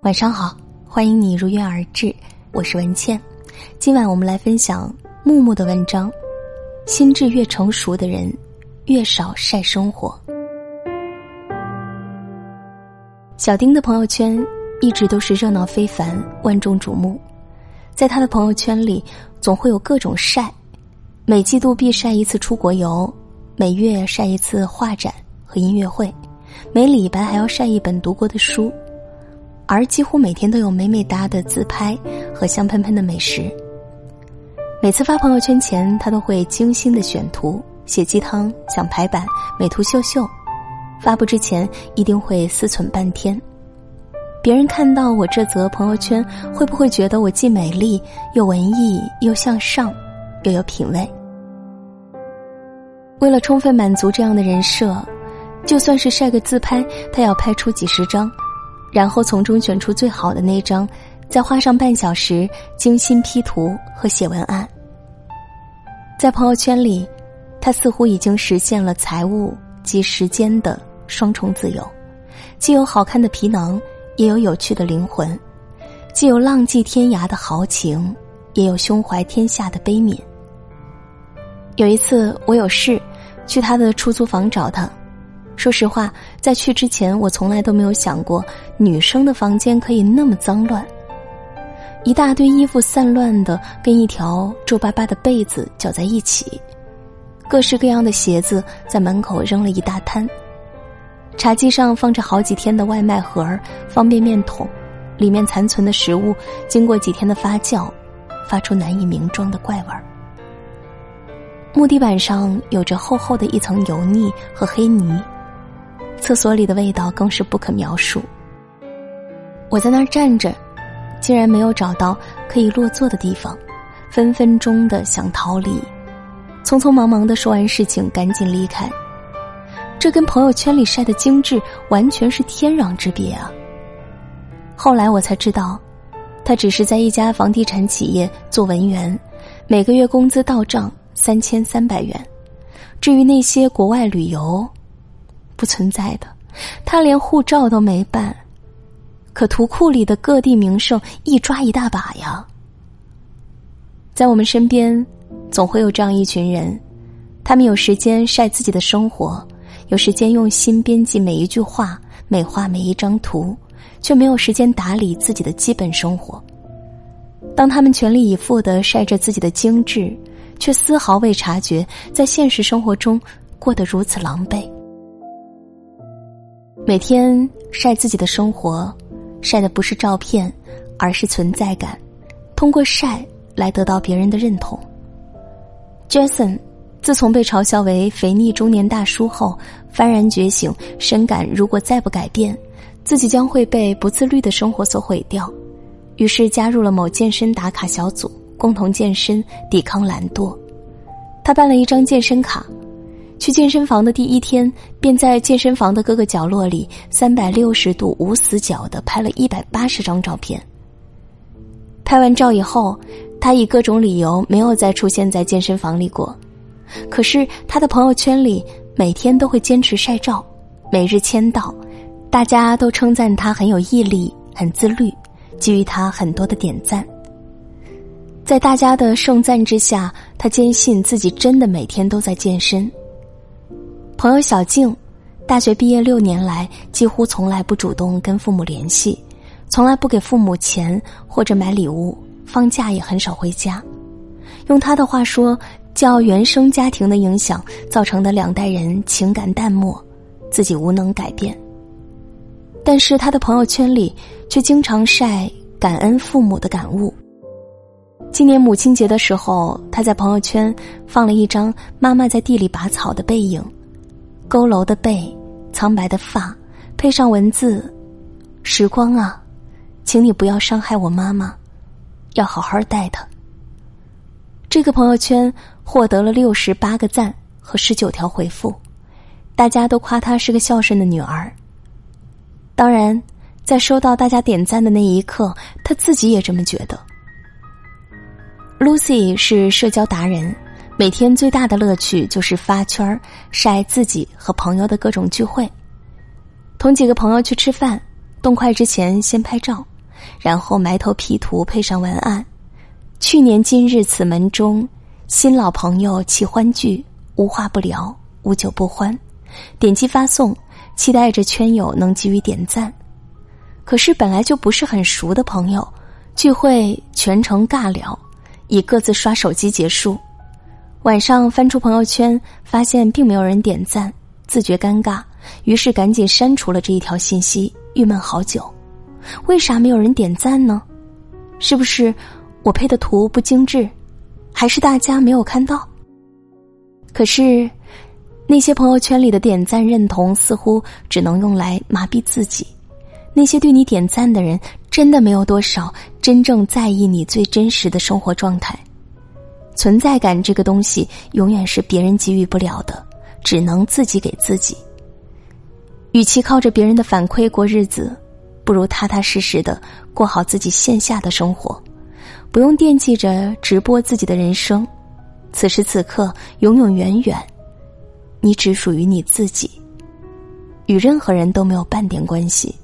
晚上好，欢迎你如约而至，我是文倩。今晚我们来分享木木的文章，心智越成熟的人越少晒生活。小丁的朋友圈一直都是热闹非凡，万众瞩目。在他的朋友圈里总会有各种晒，每季度必晒一次出国游，每月晒一次画展和音乐会，每礼拜还要晒一本读过的书，而几乎每天都有美美哒的自拍和香喷喷的美食。每次发朋友圈前，他都会精心的选图，写鸡汤，想排版，美图秀秀。发布之前一定会思忖半天，别人看到我这则朋友圈，会不会觉得我既美丽又文艺又向上又有品味？为了充分满足这样的人设，就算是晒个自拍，他要拍出几十张，然后从中选出最好的那张，再花上半小时精心 P 图和写文案。在朋友圈里，他似乎已经实现了财务及时间的双重自由，既有好看的皮囊，也有有趣的灵魂，既有浪迹天涯的豪情，也有胸怀天下的悲悯。有一次我有事去他的出租房找他，说实话，在去之前我从来都没有想过女生的房间可以那么脏乱，一大堆衣服散乱的跟一条皱巴巴的被子搅在一起，各式各样的鞋子在门口扔了一大摊，茶几上放着好几天的外卖盒、方便面桶，里面残存的食物经过几天的发酵，发出难以名状的怪味儿。木地板上有着厚厚的一层油腻和黑泥，厕所里的味道更是不可描述。我在那儿站着，竟然没有找到可以落座的地方，分分钟的想逃离，匆匆忙忙地说完事情赶紧离开。这跟朋友圈里晒的精致完全是天壤之别啊！后来我才知道，他只是在一家房地产企业做文员，每个月工资到账3300元。至于那些国外旅游，不存在的，他连护照都没办，可图库里的各地名胜一抓一大把呀。在我们身边总会有这样一群人，他们有时间晒自己的生活，有时间用心编辑每一句话，美化每一张图，却没有时间打理自己的基本生活。当他们全力以赴地晒着自己的精致，却丝毫未察觉在现实生活中过得如此狼狈。每天晒自己的生活，晒的不是照片，而是存在感，通过晒来得到别人的认同。 Jason 自从被嘲笑为肥腻中年大叔后，幡然觉醒，深感如果再不改变，自己将会被不自律的生活所毁掉，于是加入了某健身打卡小组，共同健身，抵抗懒惰。他办了一张健身卡，去健身房的第一天，便在健身房的各个角落里360度无死角地拍了180张照片。拍完照以后，他以各种理由没有再出现在健身房里过。可是他的朋友圈里每天都会坚持晒照，每日签到，大家都称赞他很有毅力，很自律，给予他很多的点赞。在大家的盛赞之下，他坚信自己真的每天都在健身。朋友小静，大学毕业6年来几乎从来不主动跟父母联系，从来不给父母钱或者买礼物，放假也很少回家。用他的话说，较原生家庭的影响造成的2代人情感淡漠，自己无能改变。但是他的朋友圈里却经常晒感恩父母的感悟。今年母亲节的时候，他在朋友圈放了一张妈妈在地里拔草的背影，佝偻的背，苍白的发，配上文字：时光啊，请你不要伤害我妈妈，要好好待她。这个朋友圈获得了68个赞和19条回复，大家都夸她是个孝顺的女儿。当然，在收到大家点赞的那一刻，她自己也这么觉得。Lucy 是社交达人，每天最大的乐趣就是发圈晒自己和朋友的各种聚会。同几个朋友去吃饭，动筷之前先拍照， 然后埋头 P 图配上文案。去年今日此门中，新老朋友齐欢聚，无话不聊，无酒不欢。点击发送，期待着圈友能给予点赞。可是本来就不是很熟的朋友，聚会全程尬聊，以各自刷手机结束。晚上翻出朋友圈，发现并没有人点赞，自觉尴尬，于是赶紧删除了这一条信息，郁闷好久。为啥没有人点赞呢？是不是我配的图不精致，还是大家没有看到？可是那些朋友圈里的点赞认同似乎只能用来麻痹自己，那些对你点赞的人真的没有多少真正在意你最真实的生活状态。存在感这个东西永远是别人给予不了的，只能自己给自己。与其靠着别人的反馈过日子，不如踏踏实实的过好自己线下的生活，不用惦记着直播自己的人生。此时此刻，永永远远，你只属于你自己，与任何人都没有半点关系。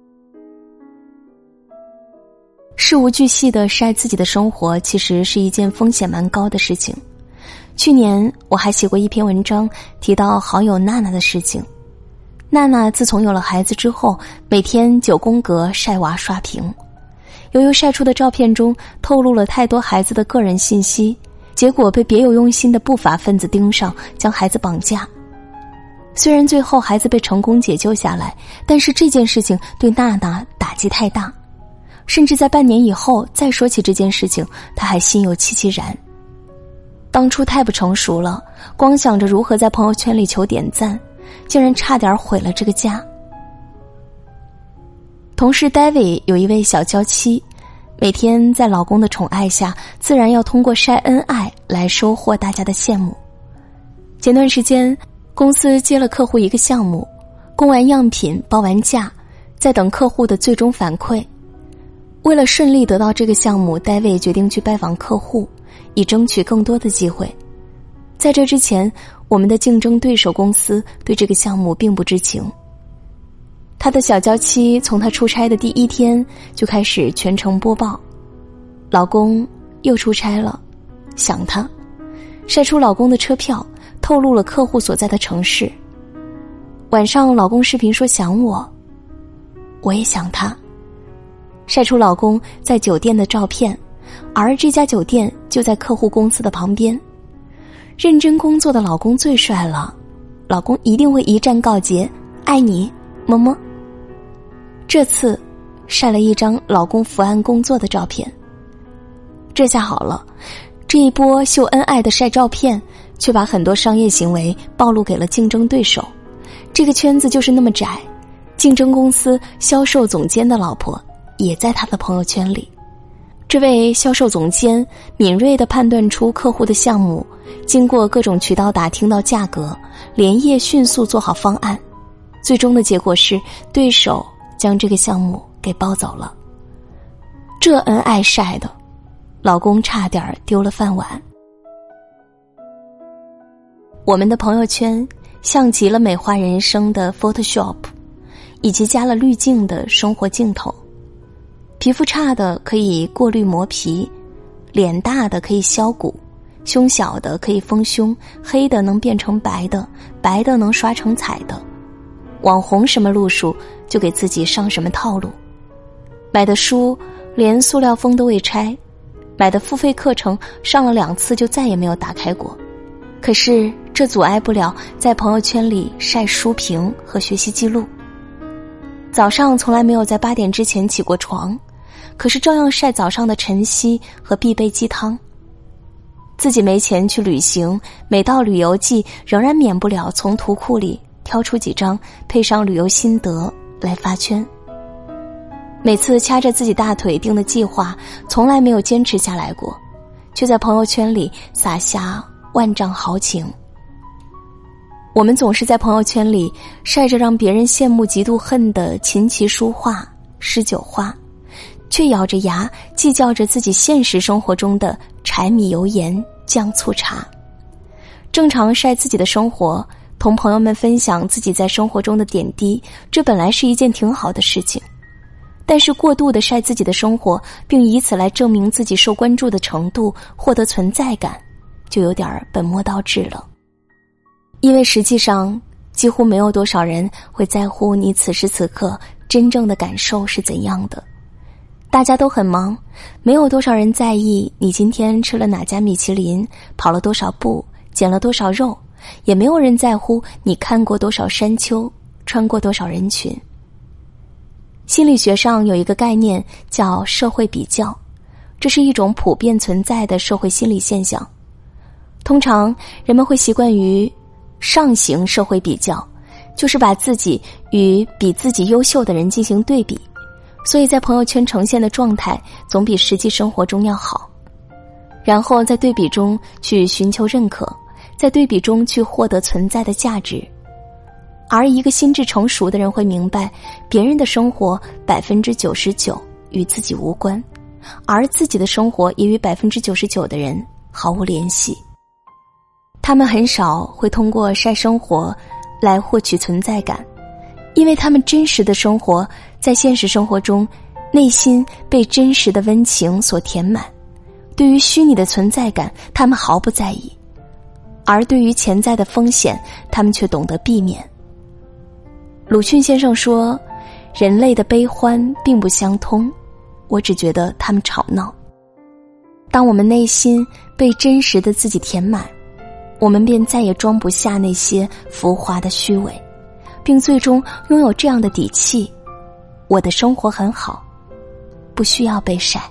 事无巨细地晒自己的生活，其实是一件风险蛮高的事情。去年我还写过一篇文章，提到好友娜娜的事情。娜娜自从有了孩子之后，每天9宫格晒娃刷屏。由于晒出的照片中透露了太多孩子的个人信息，结果被别有用心的不法分子盯上，将孩子绑架。虽然最后孩子被成功解救下来，但是这件事情对娜娜打击太大，甚至在半年以后再说起这件事情，她还心有戚戚然。当初太不成熟了，光想着如何在朋友圈里求点赞，竟然差点毁了这个家。同事 David 有一位小娇妻，每天在老公的宠爱下，自然要通过晒恩爱来收获大家的羡慕。前段时间公司接了客户一个项目，供完样品报完价，在等客户的最终反馈。为了顺利得到这个项目， David 决定去拜访客户，以争取更多的机会。在这之前，我们的竞争对手公司对这个项目并不知情。他的小娇妻从他出差的第一天就开始全程播报，老公又出差了，想他，晒出老公的车票，透露了客户所在的城市。晚上老公视频说想我，我也想他，晒出老公在酒店的照片，而这家酒店就在客户公司的旁边。认真工作的老公最帅了，老公一定会一战告捷，爱你，么么。这次晒了一张老公伏案工作的照片。这下好了，这一波秀恩爱的晒照片，却把很多商业行为暴露给了竞争对手。这个圈子就是那么窄，竞争公司销售总监的老婆也在他的朋友圈里。这位销售总监敏锐地判断出客户的项目，经过各种渠道打听到价格，连夜迅速做好方案。最终的结果是对手将这个项目给包走了。这恩爱晒的，老公差点丢了饭碗。我们的朋友圈像极了美化人生的 Photoshop， 以及加了滤镜的生活镜头。皮肤差的可以过滤磨皮，脸大的可以削骨，胸小的可以丰胸，黑的能变成白的，白的能刷成彩的。网红什么路数，就给自己上什么套路。买的书连塑料封都未拆，买的付费课程上了2次就再也没有打开过。可是这阻碍不了在朋友圈里晒书评和学习记录。早上从来没有在8点之前起过床，可是照样晒早上的晨曦和必备鸡汤。自己没钱去旅行，每到旅游季仍然免不了从图库里挑出几张配上旅游心得来发圈。每次掐着自己大腿定的计划，从来没有坚持下来过，却在朋友圈里撒下万丈豪情。我们总是在朋友圈里晒着让别人羡慕嫉妒恨的琴棋书画诗酒花，却咬着牙计较着自己现实生活中的柴米油盐酱醋茶。正常晒自己的生活，同朋友们分享自己在生活中的点滴，这本来是一件挺好的事情。 但是过度的晒自己的生活，并以此来证明自己受关注的程度，获得存在感，就有点本末倒置了。因为实际上几乎没有多少人会在乎你此时此刻真正的感受是怎样的。大家都很忙，没有多少人在意你今天吃了哪家米其林，跑了多少步，减了多少肉，也没有人在乎你看过多少山丘，穿过多少人群。心理学上有一个概念叫社会比较，这是一种普遍存在的社会心理现象。通常人们会习惯于上行社会比较，就是把自己与比自己优秀的人进行对比，所以在朋友圈呈现的状态总比实际生活中要好，然后在对比中去寻求认可，在对比中去获得存在的价值。而一个心智成熟的人会明白，别人的生活99%与自己无关，而自己的生活也与99%的人毫无联系。他们很少会通过晒生活来获取存在感，因为他们真实的生活在现实生活中，内心被真实的温情所填满。对于虚拟的存在感，他们毫不在意，而对于潜在的风险，他们却懂得避免。鲁迅先生说，人类的悲欢并不相通，我只觉得他们吵闹。当我们内心被真实的自己填满，我们便再也装不下那些浮华的虚伪，并最终拥有这样的底气：我的生活很好，不需要被晒。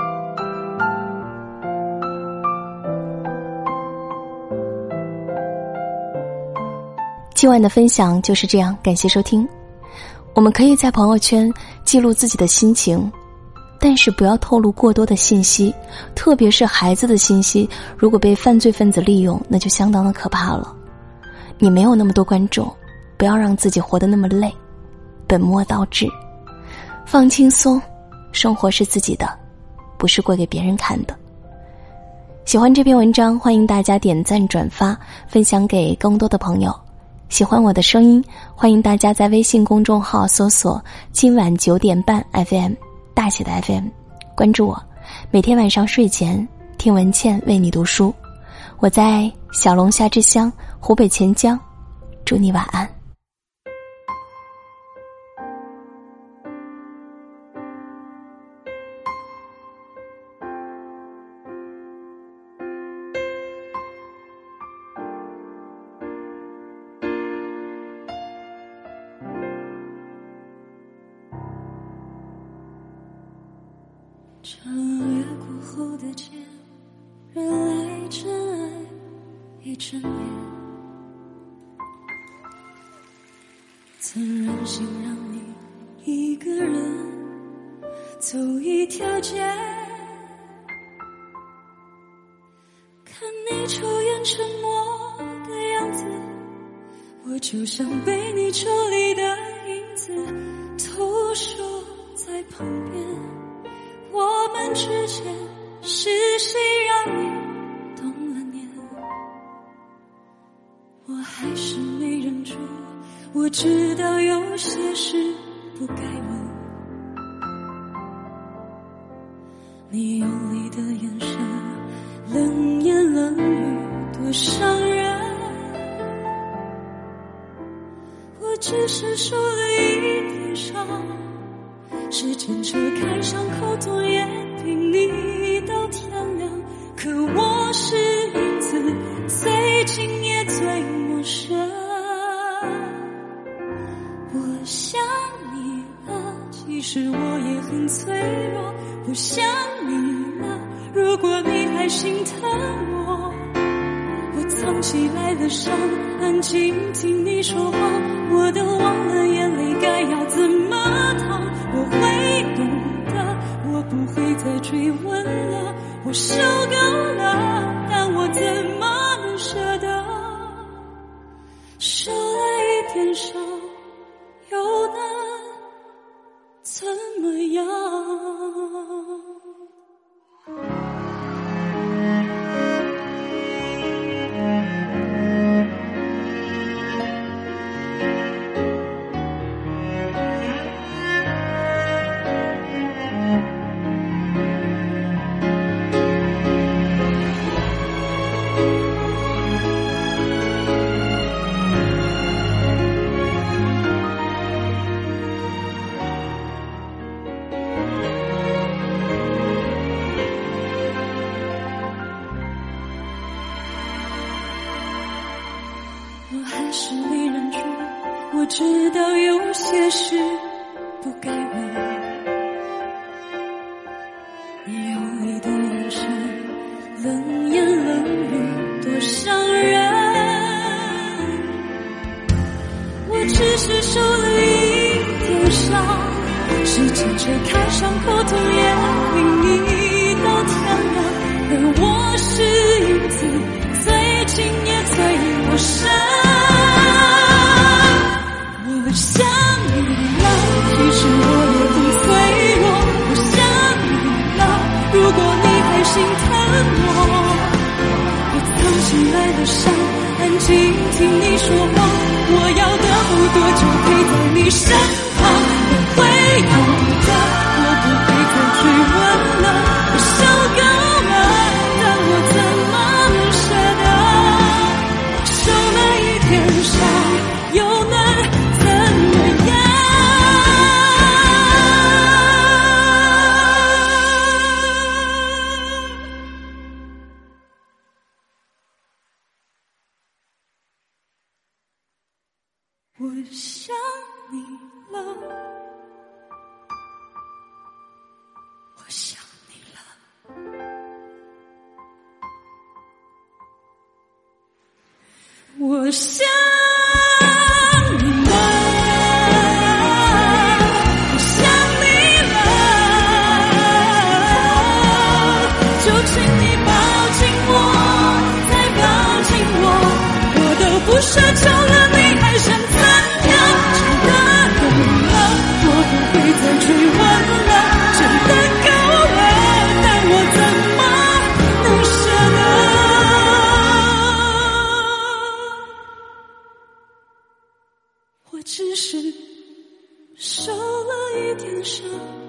今晚的分享就是这样，感谢收听。我们可以在朋友圈记录自己的心情，但是不要透露过多的信息，特别是孩子的信息，如果被犯罪分子利用，那就相当的可怕了。你没有那么多观众，不要让自己活得那么累，本末倒置。放轻松，生活是自己的，不是过给别人看的。喜欢这篇文章，欢迎大家点赞转发，分享给更多的朋友。喜欢我的声音，欢迎大家在微信公众号搜索今晚9点半 FM 大写的 FM， 关注我，每天晚上睡前听文倩为你读书。我在小龙虾之乡湖北潜江，祝你晚安。 穿越过后的街，人来真爱一整夜，曾任性让你一个人走一条街，看你抽烟沉默的样子，我就像被你抽离的影子，投射在旁边。我们之间是谁让你动了念？我还是没忍住，我知道有些事不该问。你用力的眼神，冷言冷语多伤人。我只是受了一点伤，时间车开伤口痛也陪你到天亮，可我是影子，最近也最陌生。我想你了，其实我也很脆弱，不想你了，如果你还心疼我，我藏起来的伤，安静听你说话，我都忘了眼泪该要怎么淌。我会懂得，我不会再追问了，我受够了，但我怎么能舍得？受了一点伤，又能怎么样？ 不该问。你用力的眼神，冷言冷语多伤人。我只是受了一点伤，时间却开伤口痛也会一刀挑染。而我是影子，最近也最陌生。我想你了，其实我也很脆弱。我想你了，如果你还心疼我，我藏起来的伤，安静听你说话。我要的不多，就陪在你身旁。我会有的，我不会再追问了。我受够了，但我怎么能舍得？受了一点伤，又能怎么样？我想你了，我想你了，我想你了，我想你了，就请你抱紧我，再抱紧我，我都不奢求了，你还想怎样？真的够了，我不会再追问了，真的够了，但我怎么能舍得？我只是受了一点伤。